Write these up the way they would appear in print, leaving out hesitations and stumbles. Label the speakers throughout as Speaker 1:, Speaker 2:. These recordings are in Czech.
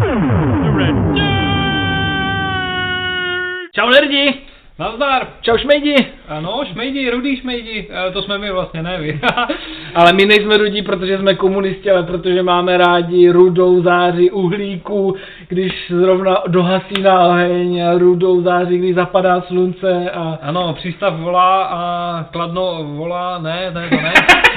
Speaker 1: Čau nerdi!
Speaker 2: Nazdar!
Speaker 1: Čau šmejdi!
Speaker 2: Ano, šmejdi, rudý šmejdi, to jsme my vlastně, ne vy.
Speaker 1: Ale my nejsme rudí, protože jsme komunisti, ale protože máme rádi rudou záři uhlíku, když zrovna dohasíná oheň, a rudou záři, když zapadá slunce a...
Speaker 2: Ano, přístav volá a Kladno volá, ne, to ne.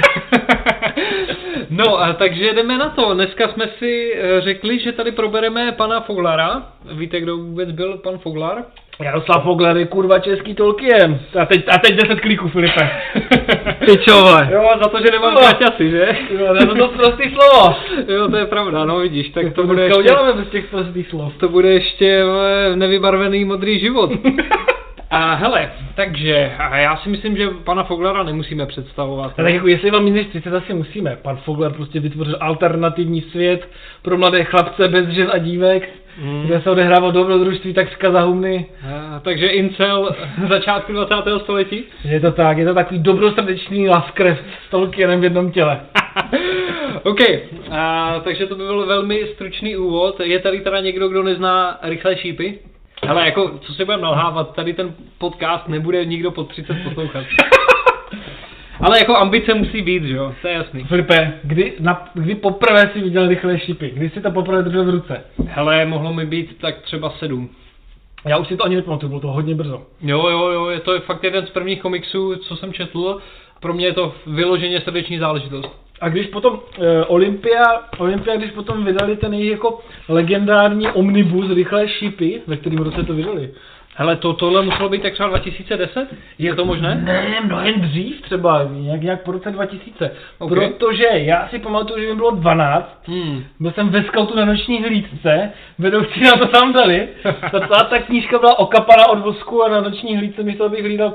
Speaker 2: No, takže jdeme na to. Dneska jsme si řekli, že tady probereme pana Foglara. Víte, kdo vůbec byl pan Foglar?
Speaker 1: Jaroslav Foglar je kurva český Tolkien. A teď 10 kliků, Filipe. Ty čové.
Speaker 2: Jo, za to, že nemám kraťasy, že?
Speaker 1: Jo, to je prostý slovo.
Speaker 2: Jo, to je pravda, no vidíš, tak to bude
Speaker 1: ještě... uděláme bez těch prostých slov.
Speaker 2: To bude ještě nevybarvený modrý život. A hele, takže já si myslím, že pana Foglara nemusíme představovat.
Speaker 1: Tak jako jestli vám minus 30 asi musíme. Pan Foglar prostě vytvořil alternativní svět pro mladé chlapce bez žen a dívek, kde se odehrával dobrodružství tak zkaza humny.
Speaker 2: Takže incel začátku 20. století?
Speaker 1: Je to tak, je to takový dobrosrdečný Lovecraft s Tolkienem v jednom těle.
Speaker 2: OK, takže to by byl velmi stručný úvod. Je tady teda někdo, kdo nezná Rychlé šípy? Hele, jako, co si budeme nalhávat, tady ten podcast nebude nikdo pod 30 poslouchat. Ale jako ambice musí být, že jo, to je jasný.
Speaker 1: Filipe, kdy poprvé si viděl Rychlé šípy? Kdy jsi to poprvé držel v ruce?
Speaker 2: Hele, mohlo mi být tak třeba 7.
Speaker 1: Já už si to ani nepamatuju, bylo to hodně brzo.
Speaker 2: Jo, je to fakt jeden z prvních komiksů, co jsem četl. Pro mě je to vyloženě srdeční záležitost. A
Speaker 1: když potom Olympia, když potom vydali ten jejich jako legendární omnibus Rychlé šípy, ve kterým roce to vydali?
Speaker 2: Hele, tohle muselo být tak třeba 2010? Je to možné?
Speaker 1: Ne, mnohem dřív třeba, nějak po roce 2000. Okay. Protože já si pamatuju, že mi bylo 12, byl jsem ve skautu na noční hlídce, vedoucí na to tam dali. Ta knížka byla okapaná od vosku a na noční hlídce místo, abych hlídal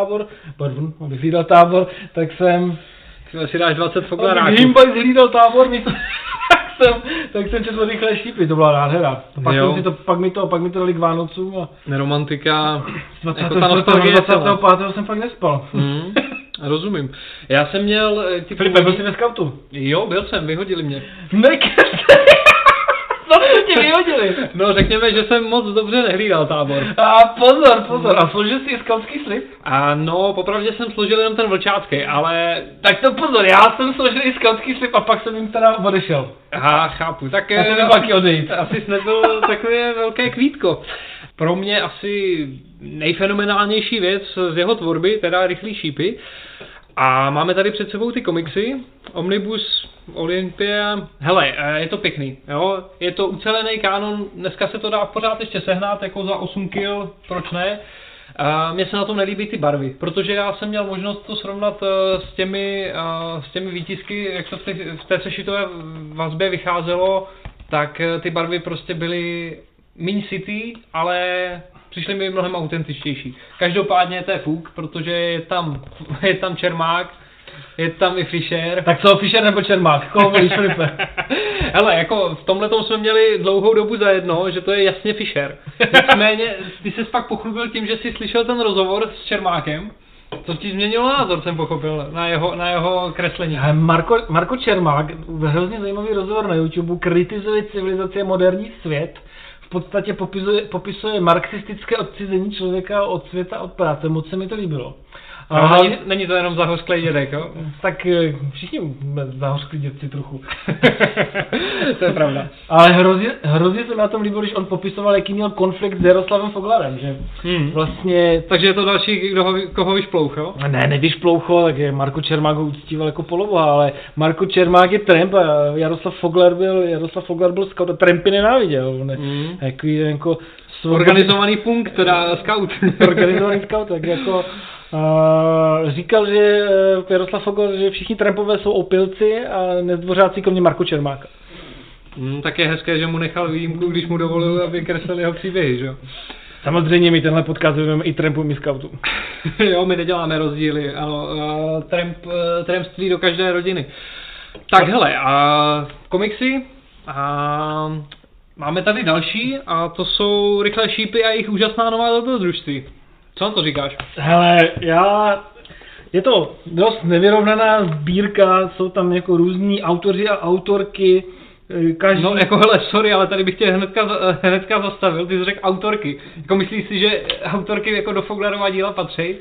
Speaker 1: tábor, tak jsem...
Speaker 2: si dáš 20 foglaráků.
Speaker 1: Abych Himbaj hlídal tábor, tak jsem četl Rychlé šípy, to byla nádhera. Pak mi to dali k Vánocům a...
Speaker 2: Romantika,
Speaker 1: jako ta nostalgie 25. jsem fakt nespal.
Speaker 2: Rozumím. Já jsem měl...
Speaker 1: Filipe, byl jsi ve skautu?
Speaker 2: Jo, byl jsem, vyhodili mě.
Speaker 1: Co tě vyhodili?
Speaker 2: No řekněme, že jsem moc dobře nehlídal tábor.
Speaker 1: A pozor. A složil jsi skautský slib?
Speaker 2: No, popravdě jsem složil jenom ten vlčácký, ale...
Speaker 1: Tak to pozor, já jsem složil i skautský slib a pak jsem jim teda odešel.
Speaker 2: Aha, chápu. Tak
Speaker 1: já jsem taky odejít.
Speaker 2: Asi jsi nebyl takové velké kvítko. Pro mě asi nejfenomenálnější věc z jeho tvorby, teda Rychlý šípy. A máme tady před sebou ty komiksy, Omnibus, Olympia, hele, je to pěkný, jo, je to ucelený kánon, dneska se to dá pořád ještě sehnat, jako za 8 kg, proč ne? Mně se na tom nelíbí ty barvy, protože já jsem měl možnost to srovnat s těmi výtisky, jak to v té sešitové vazbě vycházelo, tak ty barvy prostě byly míň city, ale přišly mi mnohem autentičtější. Každopádně to je fuk, protože je tam Čermák, je tam i Fischer.
Speaker 1: Tak co, Fischer nebo Čermák? Koho volíš, Filipe?
Speaker 2: Hele, jako v tomhletom jsme měli dlouhou dobu zajedno, že to je jasně Fischer. Nicméně, ty ses pak pochlubil tím, že jsi slyšel ten rozhovor s Čermákem. Co ti změnilo názor, jsem pochopil, na jeho kreslení.
Speaker 1: Marko Čermák, hrozně zajímavý rozhovor na YouTube, kritizuje civilizaci a moderní svět. V podstatě popisuje marxistické odcizení člověka od světa, od práce. Moc se mi to líbilo.
Speaker 2: Není to jenom zahořklý dědek, jo?
Speaker 1: Tak všichni zahořklí dědci trochu.
Speaker 2: To je pravda.
Speaker 1: Ale hrozně se na tom líbilo, když on popisoval, jaký měl konflikt s Jaroslavem Foglarem, že vlastně...
Speaker 2: Takže je to další, koho vyšplouch, jo?
Speaker 1: Ne, nevyšploucho, tak Marko Čermák ho uctíval jako poloboha, ale Marko Čermák je tramp a Jaroslav Foglar byl scout a trampy nenáviděl. Jako
Speaker 2: organizovaný punk, teda scout.
Speaker 1: Organizovaný scout, tak jako... říkal, že Jaroslav Foglar, že všichni trampové jsou opilci a nezdvořáci kromě Marko Čermáka.
Speaker 2: Tak je hezké, že mu nechal výjimku, když mu dovolil, aby kreslil jeho příběhy, že jo?
Speaker 1: Samozřejmě my tenhle podcast věnujeme i trampům i scoutům.
Speaker 2: Jo, my neděláme rozdíly, ano, trampství do každé rodiny. Tak hele, komiksy, máme tady další a to jsou Rychlé šípy a jejich úžasná nová dobrodružství. Co na to říkáš?
Speaker 1: Hele, je to dost nevyrovnaná sbírka, jsou tam jako různí autoři a autorky, každý...
Speaker 2: No jako hele, sorry, ale tady bych tě hnedka zastavil, ty jsi řekl autorky. Jako myslíš si, že autorky jako do Foglarova díla patří?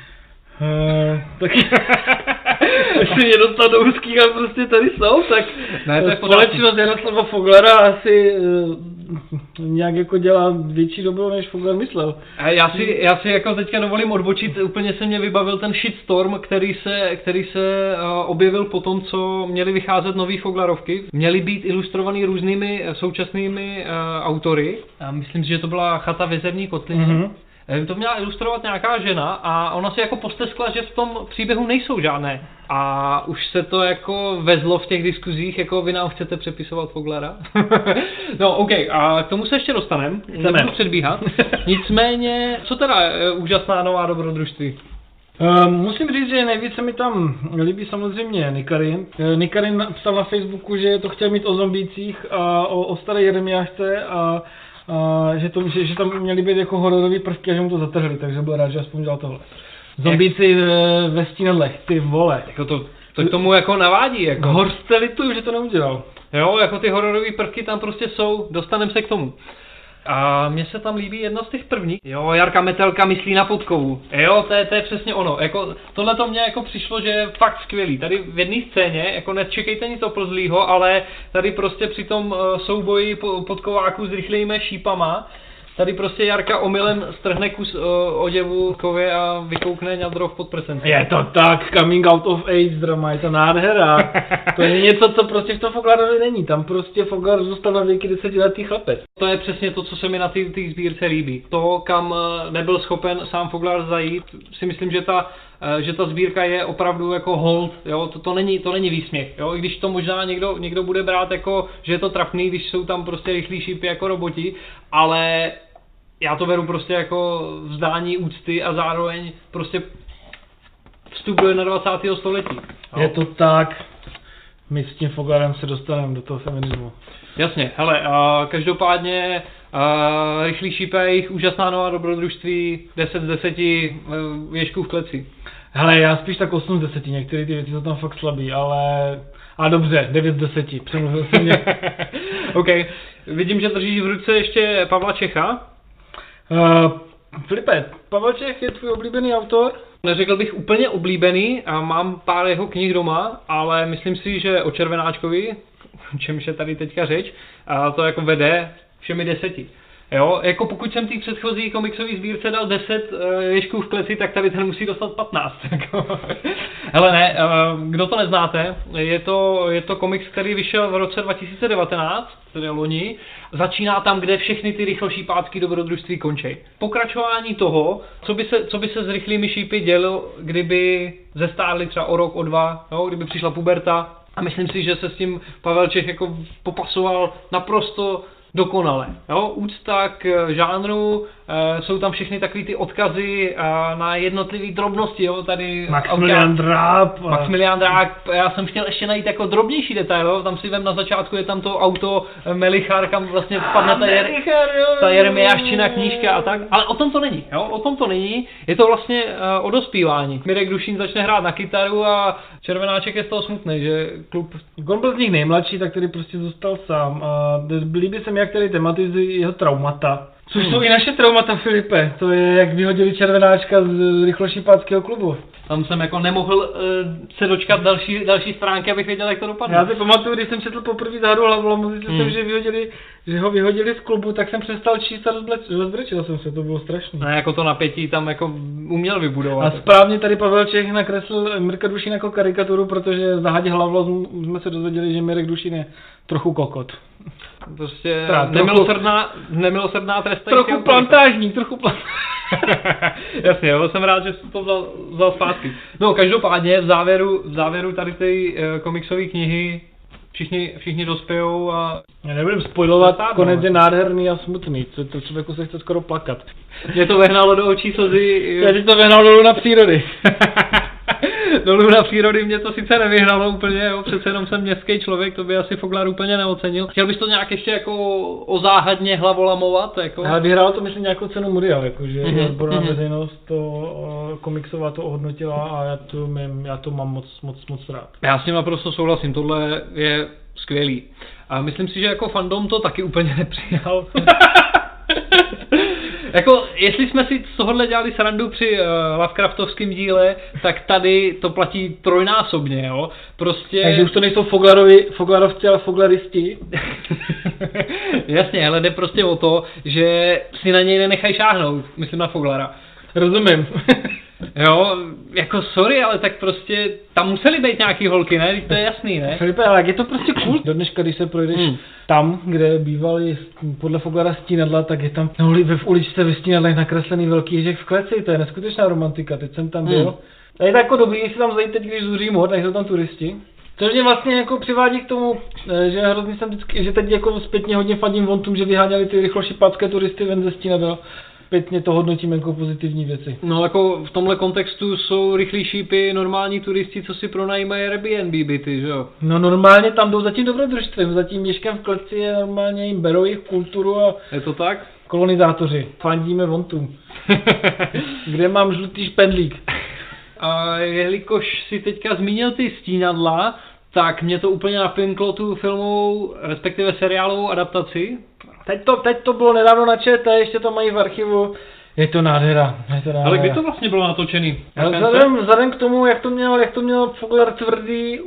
Speaker 1: Tak jestli mě dostal do úzkých a prostě tady jsou, tak
Speaker 2: ne, to je
Speaker 1: společnost Jaroslava Foglara asi nějak jako dělá větší dobro, než Foglar myslel.
Speaker 2: Já si jako teďka dovolím odbočit, úplně se mě vybavil ten shitstorm, který se objevil po tom, co měly vycházet nový Foglarovky. Měly být ilustrovaný různými současnými autory. A myslím si, že to byla Chata v jezerní kotlině. Mm-hmm. To měla ilustrovat nějaká žena a ona si jako posteskla, že v tom příběhu nejsou žádné. A už se to jako vezlo v těch diskuzích, jako vy nám chcete přepisovat Foglara. No OK, a k tomu se ještě dostaneme, nebudu předbíhat. Nicméně, co teda úžasná nová dobrodružství?
Speaker 1: Musím říct, že nejvíce mi tam líbí samozřejmě Nikarin. Nikarin napsal na Facebooku, že to chtěl mít o zombících a o staré Jeremiášce a že tam měly být jako hororový prvky a že mu to zatrhli, takže byl rád, že aspoň dělal tohle. Zombíci ve stínadlech, ty vole.
Speaker 2: Jako to k tomu jako navádí. Jako.
Speaker 1: Horste lituju, že to neudělal.
Speaker 2: Jo, jako ty hororové prvky tam prostě jsou, dostaneme se k tomu. A mně se tam líbí jedna z těch prvních. Jo, Jarka Metelka myslí na Podkovu. Jo, to je přesně ono. Jako, tohle to mně jako přišlo, že je fakt skvělý. Tady v jedné scéně, jako nečekejte nic oplzlýho, ale tady prostě při tom souboji podkováků s rychlejmi šípama, tady prostě Jarka omylem strhne kus oděvu kově a vykoukne ňadro pod prsencem.
Speaker 1: Je to tak, coming out of age drama, je to nádhera. To je něco, co prostě v tom Foglarovi není. Tam prostě Foglar zůstal na věky 10letý chlapec.
Speaker 2: To je přesně to, co se mi na té sbírce líbí. To, kam nebyl schopen sám Foglar zajít, si myslím, že ta sbírka je opravdu jako hold, jo, to není výsměch, jo, i když to možná někdo bude brát jako, že je to trapný, když jsou tam prostě rychlí šípy jako roboti, ale já to beru prostě jako vzdání úcty a zároveň prostě vstup do 21. století. Jo.
Speaker 1: Je to tak, my s tím Foglarem se dostaneme do toho feminismu.
Speaker 2: Jasně, hele, každopádně rychlý šípy, jejich úžasná nová dobrodružství, 10 z 10 věžků v kleci.
Speaker 1: Hele, já spíš tak 8 z 10, některé ty věci jsou tam fakt slabý, ale... A dobře, 9 z 10, přemluvil jsem mě.
Speaker 2: OK, vidím, že držíš v ruce ještě Pavla Čecha.
Speaker 1: Filipe, Pavel Čech je tvůj oblíbený autor?
Speaker 2: Neřekl bych úplně oblíbený, a mám pár jeho knih doma, ale myslím si, že o Červenáčkovi, o čemž je tady teďka řeč, to jako vede všemi 10. Jo, jako pokud jsem té předchozí komiksové sbírce dal 10 věžků v kleci, tak tady ten musí dostat 15. Hele ne, kdo to neznáte, je to komiks, který vyšel v roce 2019, tedy loni, začíná tam, kde všechny ty rychlošípácké dobrodružství končí. Pokračování toho, co by se s rychlými šípy dělo, kdyby zestárli třeba o rok, o dva, jo, kdyby přišla puberta. A myslím si, že se s tím Pavel Čech jako popasoval naprosto dokonale. Jo? Úcta k žánru, jsou tam všechny takové ty odkazy na jednotlivé drobnosti. Jo? Tady
Speaker 1: Maximilian Dráb.
Speaker 2: Maximilian Dráb, já jsem chtěl ještě najít jako drobnější detail, jo? Tam si vem na začátku, je tam to auto Melichar, kam vlastně padne ta Jeremiáščina knížka a tak. Ale o tom to není. Jo? O tom to není. Je to vlastně o dospívání. Mirek Dušín začne hrát na kytaru a Červenáček je z toho smutný, že klub...
Speaker 1: On byl z nich nejmladší, tak který prostě zůstal sám. A líbí se mi, jak tady tematizují jeho traumata. Což jsou i naše traumata, Filipe. To je, jak vyhodili Červenáčka z rychlošípáckého klubu.
Speaker 2: Tam jsem jako nemohl se dočkat další stránky, abych věděl, jak to dopadne.
Speaker 1: Já si pamatuju, když jsem četl poprvé Záhadu Hlavolamu, jsem, že ho vyhodili z klubu, tak jsem přestal číst a rozbrečel jsem se, to bylo strašné.
Speaker 2: Ne, jako to napětí tam jako uměl vybudovat.
Speaker 1: A správně tady Pavel Čech nakreslil Mirka Dušín jako karikaturu, protože v Záhadě Hlavolamu jsme se dozvěděli, že Mirek Dušín je trochu kokot.
Speaker 2: Prostě nemilosrdná trestající.
Speaker 1: Trochu plantážník, trochu plantážník.
Speaker 2: Jasně, jo, jsem rád, že jsi to vzal zpátky. No, každopádně v závěru tady té komiksové knihy všichni dospějou a...
Speaker 1: Já nebudem spoilovat, konec je nádherný a smutný, to člověku se chce skoro plakat.
Speaker 2: Mě to vehnalo do očí slzy.
Speaker 1: Já ti to vehnal dolů na přírody.
Speaker 2: Dolů na přírody mě to sice nevyhnalo úplně, jo, přece jenom jsem městský člověk, to by asi Foglar úplně neocenil. Chtěl bys to nějak ještě jako ozáhadně hlavolamovat? Jako?
Speaker 1: Ale vyhrálo to myslím nějakou cenu Muriel, jakože odborná veřejnost to komiksová to ohodnotila a já to mám moc rád.
Speaker 2: Já s tím naprosto souhlasím, tohle je skvělý. A myslím si, že jako fandom to taky úplně nepřijal. Jako, jestli jsme si z tohohle dělali srandu při Lovecraftovském díle, tak tady to platí trojnásobně, jo. Prostě...
Speaker 1: Takže už to nejsou foglarovci, ale foglaristi.
Speaker 2: Jasně, ale jde prostě o to, že si na něj nenechají šáhnout, myslím na Foglara.
Speaker 1: Rozumím.
Speaker 2: Jo, jako sorry, ale tak prostě tam museli být nějaký holky, ne? To je jasný, ne?
Speaker 1: Filipe, ale jak je to prostě cool. Do dneška, když se projdeš tam, kde bývali podle Foglara stínadla, tak je tam v uličce ve stínadlech nakreslený velký ježek v kleci, to je neskutečná romantika, teď jsem tam byl. A je to jako dobrý, jestli tam zajít teď, když zuří mod, tak jsou tam turisti. Což mě vlastně jako přivádí k tomu, že hrozně jsem vždycky, že teď jako zpětně hodně fandím vontům, že vyháněli ty rychlošipácké turisty ven ze stínadel. Zpětně to hodnotím jako pozitivní věci.
Speaker 2: No jako v tomhle kontextu jsou rychlí šípy normální turisti, co si pronajímají Airbnb byty, že jo?
Speaker 1: No normálně tam jdou za tím dobrodružstvím, za tím měškem v kleci je normálně jim berou jejich kulturu a...
Speaker 2: Je to tak?
Speaker 1: Kolonizátoři, fandíme vontům. Kde mám žlutý špendlík?
Speaker 2: A jelikož si teďka zmínil ty stínadla, tak mě to úplně napínklo tu filmovou, respektive seriálovou adaptaci.
Speaker 1: Teď to bylo nedávno na ČT, ještě to mají v archivu. Je to nádhera.
Speaker 2: Ale kdy to vlastně bylo natočený?
Speaker 1: Vzhledem k tomu, jak to měl Foglar tvrdý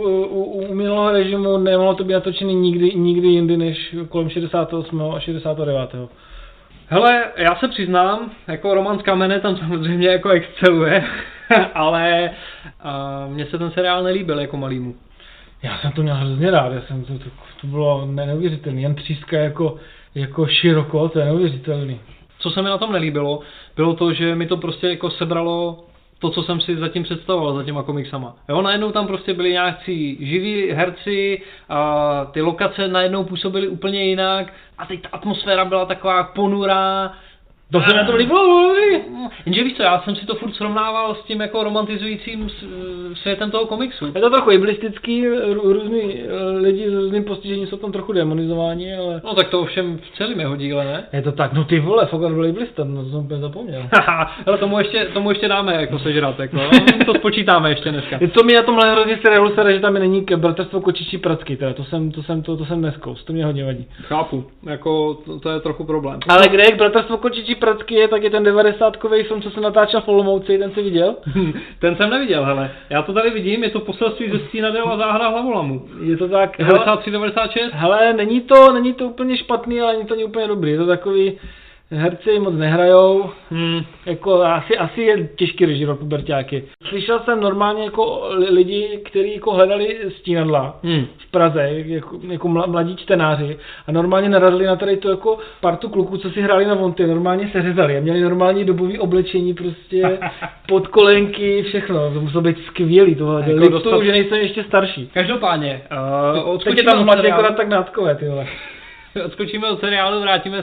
Speaker 1: u minulého režimu, nemohlo to být natočený nikdy jindy než kolem 68. a 69.
Speaker 2: Hele, já se přiznám, jako Roman z Kamene tam samozřejmě jako exceluje, ale mně se ten seriál nelíbil jako malýmu.
Speaker 1: Já jsem to měl hrozně rád, to bylo neuvěřitelné, jen tříska jako široko, to je neuvěřitelný.
Speaker 2: Co se mi na tom nelíbilo, bylo to, že mi to prostě jako sebralo to, co jsem si zatím představoval za těma komiksama. Jo, najednou tam prostě byli nějakí živí herci a ty lokace najednou působily úplně jinak a teď ta atmosféra byla taková ponurá.
Speaker 1: To se na to líbilo,
Speaker 2: jenže víš co, já jsem si to furt srovnával s tím jako romantizujícím světem toho komiksu.
Speaker 1: Je to trochu iblistický, různý lidi s různým postižením jsou tam trochu demonizováni, ale...
Speaker 2: No tak to ovšem v celém jeho díle, ne?
Speaker 1: Je to tak, no ty vole, Foglar byl iblista, no to jsem úplně zapomněl.
Speaker 2: Ale tomu ještě dáme jako sežrat, jako, to spočítáme ještě dneska.
Speaker 1: Co mi na tomhle hrozně seriálu sere, že tam není Bratrstvo kočičí pracky, teda to jsem neskous, to mě hodně vadí.
Speaker 2: Chápu, jako to je trochu problém.
Speaker 1: Ale kde je Bratrstvo kočičí pracky je, tak je ten 90kový film, co se natáčel v Olomouci, ten jsi viděl?
Speaker 2: Ten jsem neviděl, hele. Já to tady vidím, je to poselství ze stínadel a záhada Hlavolamu.
Speaker 1: Je to tak.
Speaker 2: 93-96?
Speaker 1: Hele, není to úplně špatný, ale není to úplně dobrý. Je to takový, herci moc nehrajou, jako asi je těžký režírovat puberťáky. Slyšel jsem normálně jako lidi, kteří jako hledali stínadla v Praze, jako mladí čtenáři a normálně narazili na tady to jako partu kluků, co si hráli na vonty, normálně se řezali a měli normální dobový oblečení, prostě podkolenky, všechno, to muselo být skvělý tohle, jako lituju, že nejsem ještě starší.
Speaker 2: Každopádně,
Speaker 1: teď je tam mladý akorát tak nátkové, tyhle.
Speaker 2: Odskočíme od seriálu,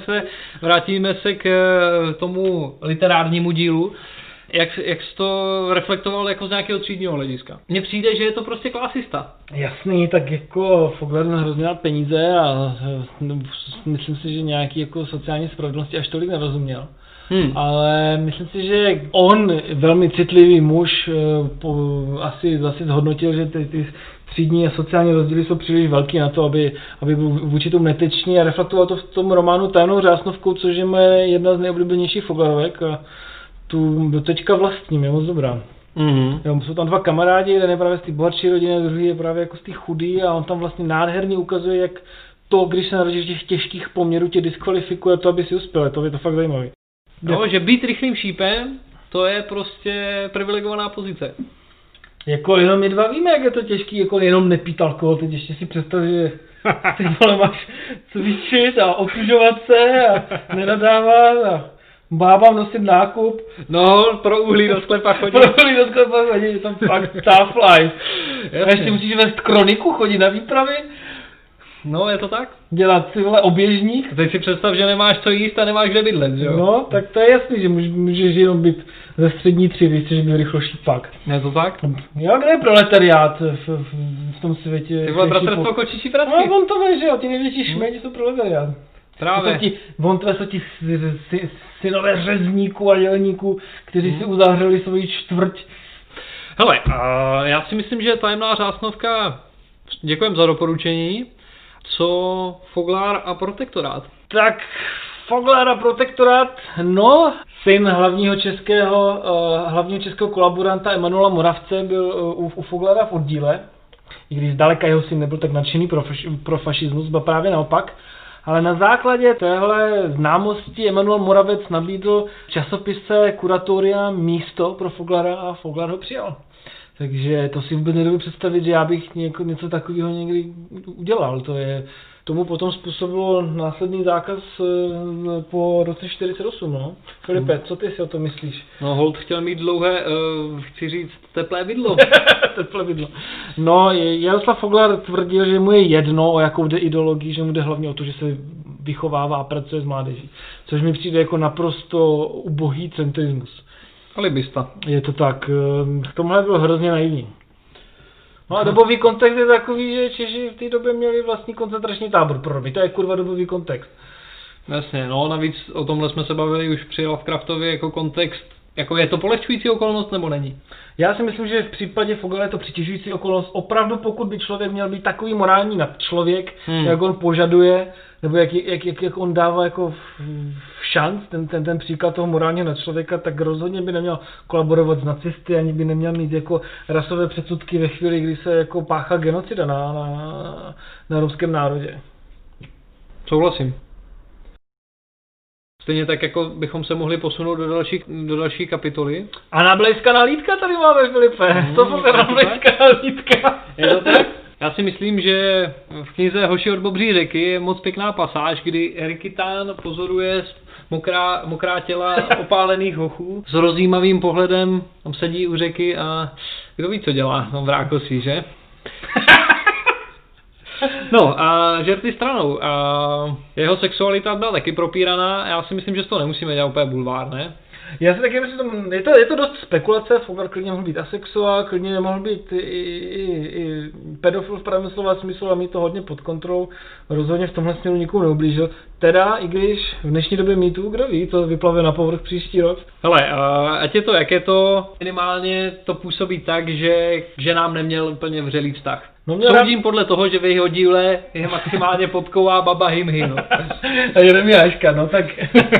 Speaker 2: vrátíme se k tomu literárnímu dílu. Jak jsi to reflektoval jako z nějakého třídního hlediska? Mně přijde, že je to prostě klasista.
Speaker 1: Jasný, tak jako Foglar hrozně rád peníze a myslím si, že nějaký jako sociální spravedlnosti až tolik nerozuměl. Ale myslím si, že on, velmi citlivý muž, asi zase zhodnotil, že ty třídní a sociální rozdíly jsou příliš velký na to, aby byl vůči tomu netečný a reflektoval to v tom románu Tajemnou řásnovkou, což je moje jedna z nejoblíbenějších Foglarovek a tu do teďka vlastním, je moc dobrá. Jo, jsou tam dva kamarádi, jeden je právě z té bohatší rodiny, druhý je právě jako z té chudý a on tam vlastně nádherně ukazuje, jak to, když se narodíš v těch těžkých poměrů, tě diskvalifikuje to, aby si uspěl. To je to fakt zajímavý.
Speaker 2: No, že být rychlým šípem, to je prostě privilegovaná pozice.
Speaker 1: Jako jenom my dva víme, jak je to těžký, jako jenom nepít alkohol, teď ještě si představ, že ty vole máš cvičit a otužovat se a nenadávat a bábám nosit nákup.
Speaker 2: No, pro uhlí do sklepa chodit.
Speaker 1: Je tam fakt tough life. A ještě musíš vést kroniku, chodit na výpravy.
Speaker 2: No, je to tak?
Speaker 1: Dělat si vole oběžník.
Speaker 2: Teď si představ, že nemáš co jíst a nemáš kde bydlet, jo?
Speaker 1: No, tak to je jasný, že můžeš jenom být ze střední třídy, chceš být rychlošípak.
Speaker 2: Je to tak?
Speaker 1: Jo, kde je proletariát v tom světě?
Speaker 2: Ty vole, Bratrstvo kočičí pracky.
Speaker 1: No, on to ví, že jo, ty největší šmejdi jsou proletariát.
Speaker 2: Právě.
Speaker 1: Jsou ti synové řezníků a dělníků, kteří si uzavřeli svoji čtvrť.
Speaker 2: Hele, já si myslím, že Tajemná řásnovka, děkujem za doporučení. Co Foglar a Protektorát?
Speaker 1: Tak Foglar a Protektorát, no, syn hlavního českého kolaboranta Emanuela Moravce byl u Foglara v oddíle, i když zdaleka jeho syn nebyl tak nadšený pro fašismus, byl právě naopak. Ale na základě téhle známosti Emanuel Moravec nabídl v časopise Kuratoria místo pro Foglara a Foglar ho přijal. Takže to si vůbec nedovedu představit, že já bych něco takového někdy udělal. Tomu potom způsobilo následný zákaz po roce 48, no. Filipe, co ty si o to myslíš?
Speaker 2: No, Holt chtěl mít dlouhé, chci říct, teplé vidlo.
Speaker 1: Teplé vidlo. No, Jaroslav Foglar tvrdil, že mu je jedno, o jakou jde ideologii, že mu jde hlavně o to, že se vychovává a pracuje s mládeží. Což mi přijde jako naprosto ubohý centrismus.
Speaker 2: Alibista.
Speaker 1: Je to tak. K tomhle byl hrozně naivní. No a dobový kontext je takový, že Češi v té době měli vlastní koncentrační tábor pro Romy. To je kurva dobový kontext.
Speaker 2: Jasně, no navíc o tomhle jsme se bavili už při Lovecraftově jako kontext. Jako je to polehčující okolnost nebo není?
Speaker 1: Já si myslím, že v případě Foglara je to přitěžující okolnost. Opravdu pokud by člověk měl být takový morální nadčlověk, jak on požaduje, nebo jak on dává jako šanc, ten příklad toho morálního nadčlověka, tak rozhodně by neměl kolaborovat s nacisty, ani by neměl mít jako rasové předsudky ve chvíli, kdy se jako páchá genocida na romském národě.
Speaker 2: Souhlasím. Stejně tak, jako bychom se mohli posunout do další kapitoly.
Speaker 1: Anablejská nalídka tady máme, Filipe. To je anablejská nalídka.
Speaker 2: Je to tak? Já si myslím, že v knize Hoši od Bobří řeky je moc pěkná pasáž, kdy Rikitán pozoruje mokrá těla opálených hochů s rozjímavým pohledem, tam sedí u řeky a kdo ví, co dělá, tam v rákosí, že? No a žerty stranou, a jeho sexualita byla taky propíraná, já si myslím, že z toho nemusíme dělat úplně bulvár, ne?
Speaker 1: Já si taky myslím, je to dost spekulace, Foglar klidně mohl být asexuál, klidně mohl být i pedofil v pravém slova smyslu a mít to hodně pod kontrolou, rozhodně v tomhle směru nikomu neublížil. Teda, i když v dnešní době mýtů, kdo ví, co vyplave na povrch příští rok.
Speaker 2: Hele, ať je to, jak je to, minimálně to působí tak, že nám neměl úplně vřelý vztah. No soudím podle toho, že v jeho díle je maximálně potková baba Himhy, no.
Speaker 1: A Jeremiáška, no tak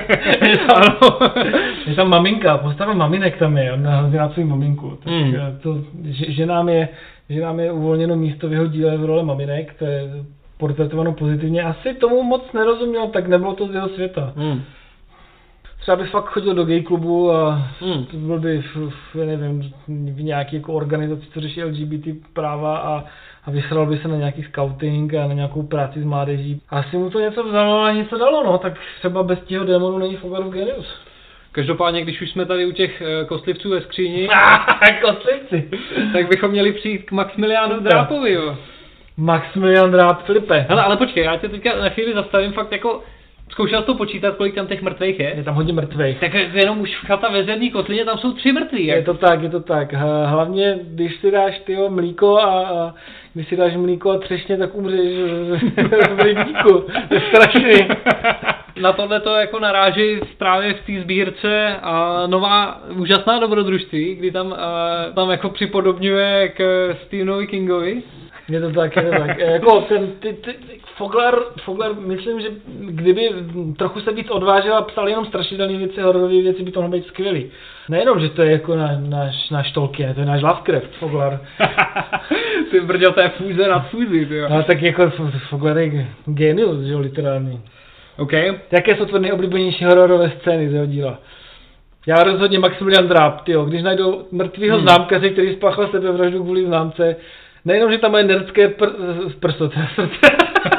Speaker 1: je tam maminka, postava maminek tam je, on hrozně svou maminku. Tak že nám je uvolněno místo v jeho díle v roli maminek, to je portrétováno pozitivně. Asi tomu moc nerozuměl, tak nebylo to z jeho světa. Třeba by fakt chodil do gay klubu a byl by v nějaké jako organizaci, co řeší LGBT práva a vysral by se na nějaký scouting a na nějakou práci s mládeží. Asi mu to něco vzalo a něco dalo, no, tak třeba bez těho démonu není Foglarův genius.
Speaker 2: Každopádně, když už jsme tady u těch kostlivců ve skříni,
Speaker 1: kostlivci,
Speaker 2: tak bychom měli přijít k Maximiliánu Drápovi, jo.
Speaker 1: Maximilián Dráp, Filipe.
Speaker 2: Hele, ale počkej, já tě teďka na chvíli zastavím, fakt jako zkoušel jsi to počítat, kolik tam těch mrtvých je?
Speaker 1: Je tam hodně mrtvých.
Speaker 2: Tak jenom už v chata ve Zední kotlině tam jsou 3 mrtví.
Speaker 1: Je to tak. Hlavně, když si dáš mlíko a když si dáš mlíko a třešně, tak umřeš v rybníku. To je strašný.
Speaker 2: Na tohle to jako naráží právě v té sbírce a nová úžasná dobrodružství, kdy tam jako připodobňuje k Stephenovi Kingovi.
Speaker 1: Je to tak. Jako Foglar, myslím, že kdyby trochu se víc odvážil a psal jenom strašidelné věci, hororové věci, by to mohlo být skvělý. Nejenom, že to je jako náš Tolkien, to je náš Lovecraft, Foglar.
Speaker 2: Ty brďo, to je fúze nad fúzi, tyjo.
Speaker 1: No tak jako Foglar je genius, že jo, literární.
Speaker 2: OK.
Speaker 1: Jaké jsou tvoje nejoblíbenější hororové scény z jeho díla? Já rozhodně Maximilián Dráp, tyjo, když najdou mrtvýho známkaře, který spáchal sebevraždu kvůli známce, nejenom, že tam mají nerdské prso, to je srdce.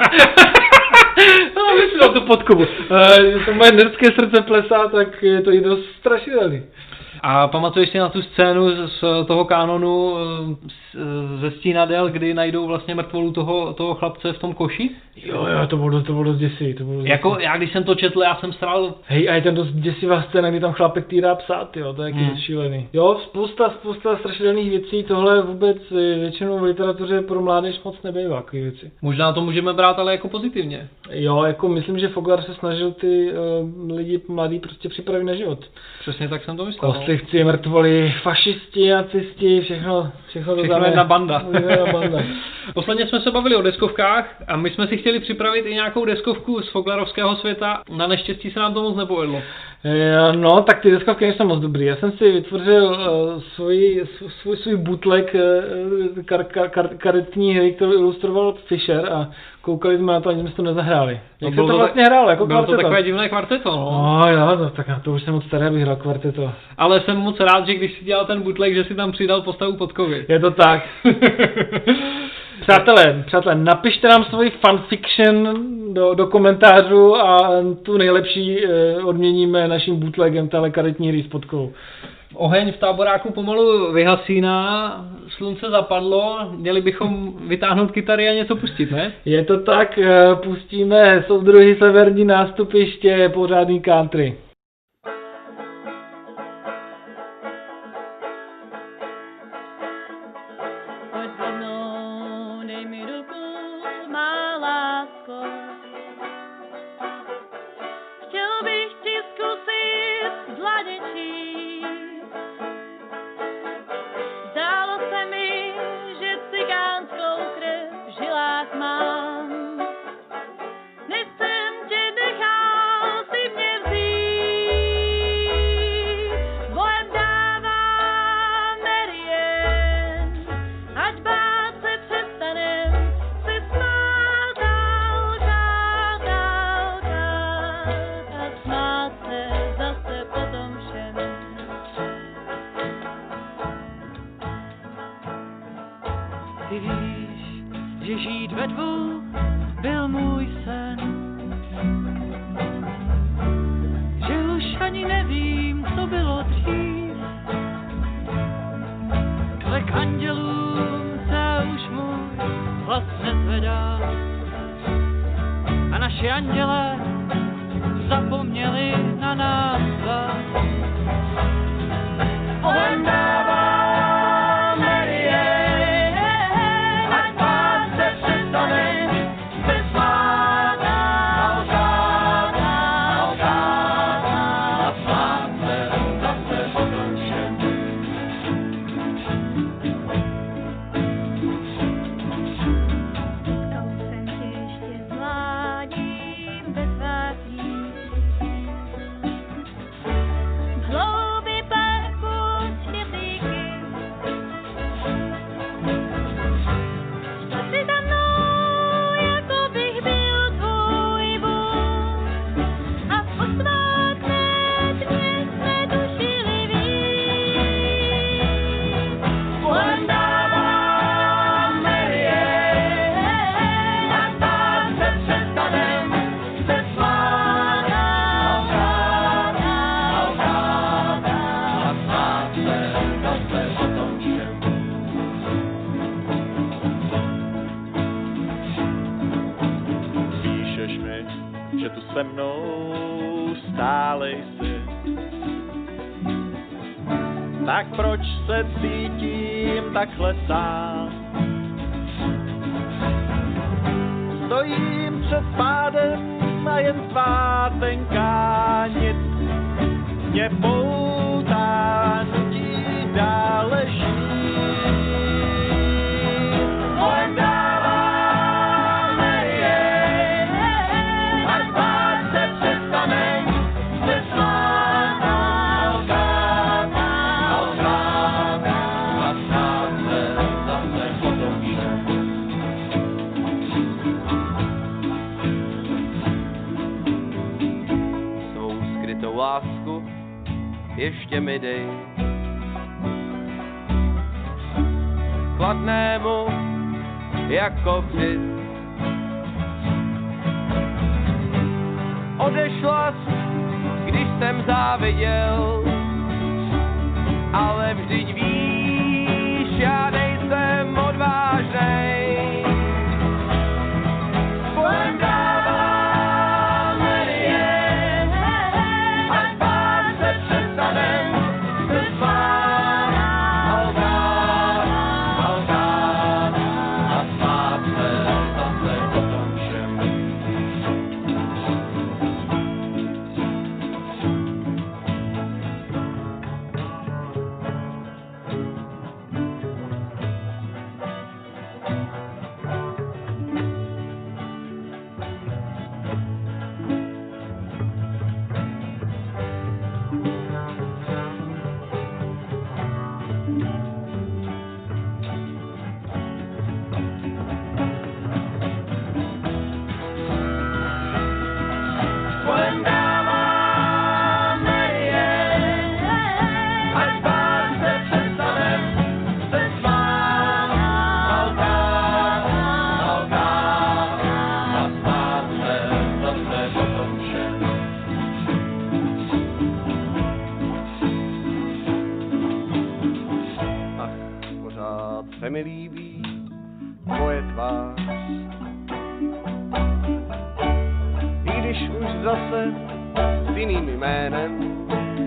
Speaker 1: No, myslím na tu podkovu. Tam mají nerdské srdce plesá, tak je to i dost strašidelný.
Speaker 2: A pamatuješ si na tu scénu z toho kánonu ze Stínadel, kdy najdou vlastně mrtvolu toho chlapce v tom koši?
Speaker 1: Jo, to bylo dost děsivý.
Speaker 2: Jako já když jsem to četl, já jsem strál.
Speaker 1: Hej, a je tam dost děsivá scéna, kdy tam chlapek týrá psa, tyjo, to je jaký šílený. Jo, spousta strašidelných věcí, tohle vůbec většinou v literatuře pro mládež moc nebývá, takové věci.
Speaker 2: Možná to můžeme brát ale jako pozitivně.
Speaker 1: Jo, jako myslím, že Foglar se snažil ty lidi mladý prostě připravit na život.
Speaker 2: Přesně tak jsem to myslel.
Speaker 1: kreativci, mrtvoli, fašisti, nacisti, všechno
Speaker 2: jedna banda. Posledně jsme se bavili o deskovkách a my jsme si chtěli připravit i nějakou deskovku z folklorovského světa. Na neštěstí se nám to moc nepovedlo.
Speaker 1: No, tak ty deskovky nejsou moc dobrý. Já jsem si vytvořil svůj bootleg karetní hry, kterou ilustroval Fischer a koukali jsme na to, ani jsme to nezahráli. Jak se to vlastně hrálo? Jako
Speaker 2: bylo to takové divné kvarteto, no.
Speaker 1: No jo, tak na to už jsem moc starý, abych hrál kvarteto.
Speaker 2: Ale jsem moc rád, že když si dělal ten bootleg, že si tam přidal postavu Podkovy.
Speaker 1: Je to tak. Přátelé, napište nám svůj fanfiction do komentářů a tu nejlepší odměníme naším bootlegem téhle karetní hry s Podkovou.
Speaker 2: Oheň v táboráku pomalu vyhasíná, slunce zapadlo, měli bychom vytáhnout kytary a něco pustit, ne?
Speaker 1: Je to tak, pustíme soudruhy Severní nástupiště, pořádný country.
Speaker 3: Ty víš, že žít ve dvou byl můj sen, že už ani nevím, co bylo dřív. K andělům se už můj hlas nezvedá a naši anděle zapomněli na nás dva.
Speaker 4: Se mnou stále jsi, tak proč se cítím takhle sám? Stojím před pádem a jen tvá tenká nit mě poutá, nutí dále žít.
Speaker 5: Lásku ještě mi dej, chladnému jako vždy. Odešla jsi, když jsem záviděl, ale vždyť víš, já nejsem odvážnej. zase s jiným jménem.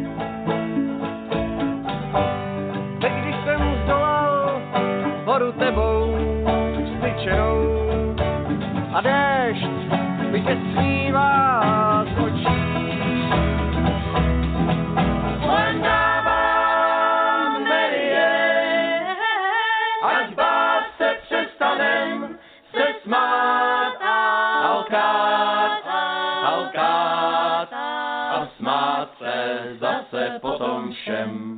Speaker 5: Teď když jsem zdolal horu tebou vztyčenou a déšť mi tě smívá z očí. Dávám Marie, ať bát se přestanem se smát a lkát a smát se zase potom všem.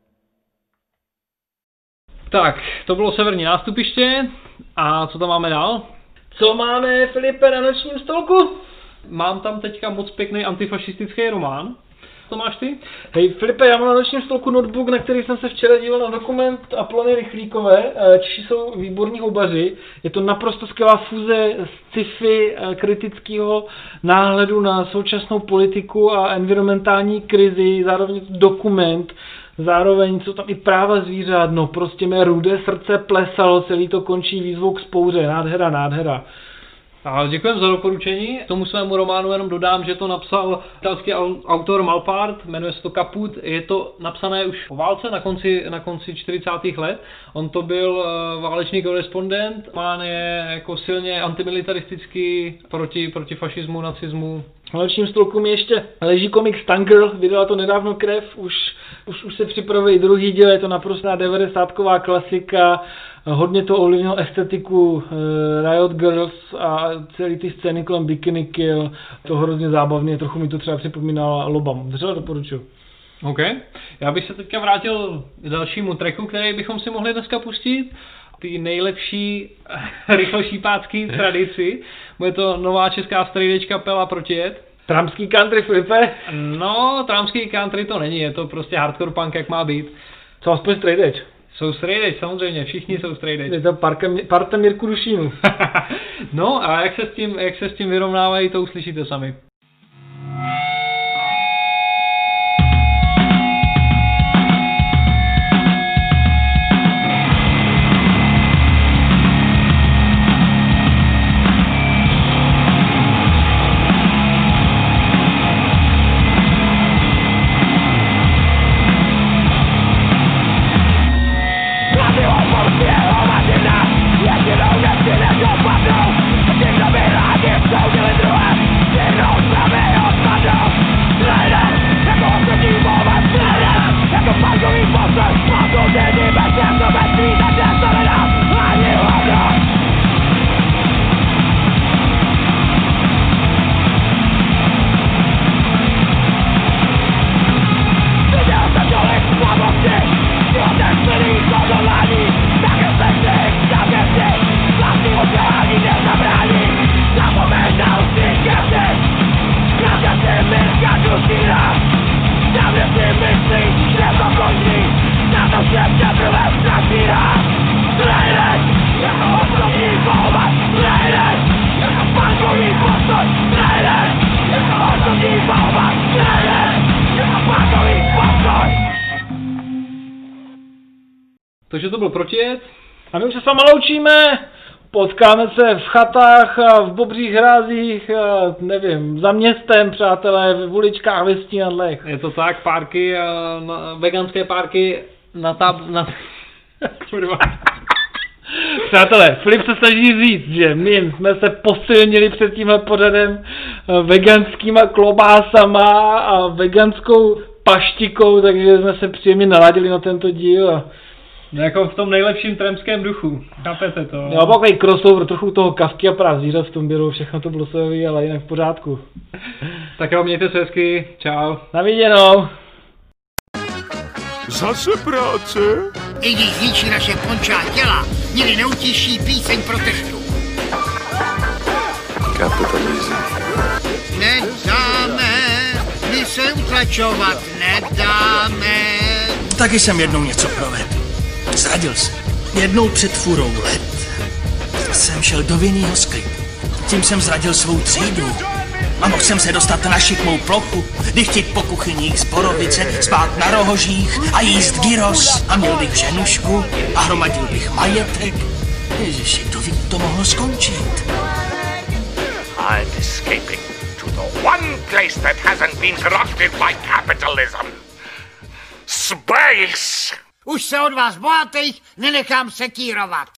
Speaker 2: Tak, to bylo Severní nástupiště. A co tam máme dál?
Speaker 1: Co máme, Filipe, na nočním stolku?
Speaker 2: Mám tam teďka moc pěkný antifašistický román. To máš ty?
Speaker 1: Hej, Filipe, já mám na nočním stolku notebook, na který jsem se včera díval na dokument Aplony Rychlíkové. Češi jsou výborní houbaři. Je to naprosto skvělá fúze sci-fi kritického náhledu na současnou politiku a environmentální krizi. Zároveň je to dokument. Zároveň jsou tam i práva zvířat, no prostě mé rudé srdce plesalo, celý to končí výzvou k vzpouře, nádhera.
Speaker 2: A děkujem za doporučení. K tomu svému románu jenom dodám, že to napsal italský autor Malpart, jmenuje se to Kaput. Je to napsané už po válce na konci 40. let. On to byl válečný korespondent, román je jako silně antimilitaristický proti fašismu, nacismu.
Speaker 1: Na nočním stolku mi ještě leží komiks Tangirl, vydala to nedávno Krev, už se připravuje druhý díl, je to naprostá 90ková klasika, hodně to ovlivnilo estetiku Riot Girls a celý ty scény kolem Bikini Kill, to hrozně zábavně, trochu mi to třeba připomínalo Lobam, vřele doporučuji.
Speaker 2: OK, já bych se teďka vrátil k dalšímu tracku, který bychom si mohli dneska pustit. Ty nejlepší rychlošípácký tradici. Bude to nová česká straight edge kapela Protijet.
Speaker 1: Trámský country, Filipe?
Speaker 2: No, trámský country to není, je to prostě hardcore punk, jak má být.
Speaker 1: Co aspoň straight edge?
Speaker 2: Jsou straight edge, samozřejmě, všichni jsou straight edge.
Speaker 1: Je to parta Mirku Dušínu.
Speaker 2: No a jak se s tím vyrovnávají, to uslyšíte sami. Takže to byl Protijet.
Speaker 1: A my už se s váma loučíme. Potkáme se v chatách a v bobřích hrázích, a nevím, za městem, přátelé, v uličkách, ve stínadlech.
Speaker 2: Je to tak, párky, veganské párky na kurva.
Speaker 1: Přátelé, Filip se snaží říct, že my jsme se posilnili před tímhle pořadem veganskýma klobásama a veganskou paštikou, takže jsme se příjemně naladili na tento díl. A
Speaker 2: jako v tom nejlepším tramském duchu, chápete to?
Speaker 1: Jo, takový crossover, trochu toho Kafky a práv zvířat v tom bylo, všechno to bylo sojový, ale jinak v pořádku.
Speaker 2: Tak jo, mějte se hezky, čau.
Speaker 1: Na viděnou.
Speaker 6: Zase práce?
Speaker 7: I když ničí naše pončá těla, nikdy neutíší píseň protestu.
Speaker 6: Kapitalism.
Speaker 7: Nedáme, my se utlačovat nedáme.
Speaker 8: Taky jsem jednou něco provedl. Zradil se. Jednou před furou let jsem šel do vinnýho skliku. Tím jsem zradil svou třídu. A mohl jsem se dostat na šikmou plochu, dychtit po kuchyních z borovice, spát na rohožích a jíst gyros. A měl bych ženušku a hromadil bych majetek. Ježiši, kdo ví, to mohlo skončit.
Speaker 9: I'm escaping to the one place that hasn't been corrupted by capitalism. Space!
Speaker 7: Už se od vás bohatých nenechám sekírovat.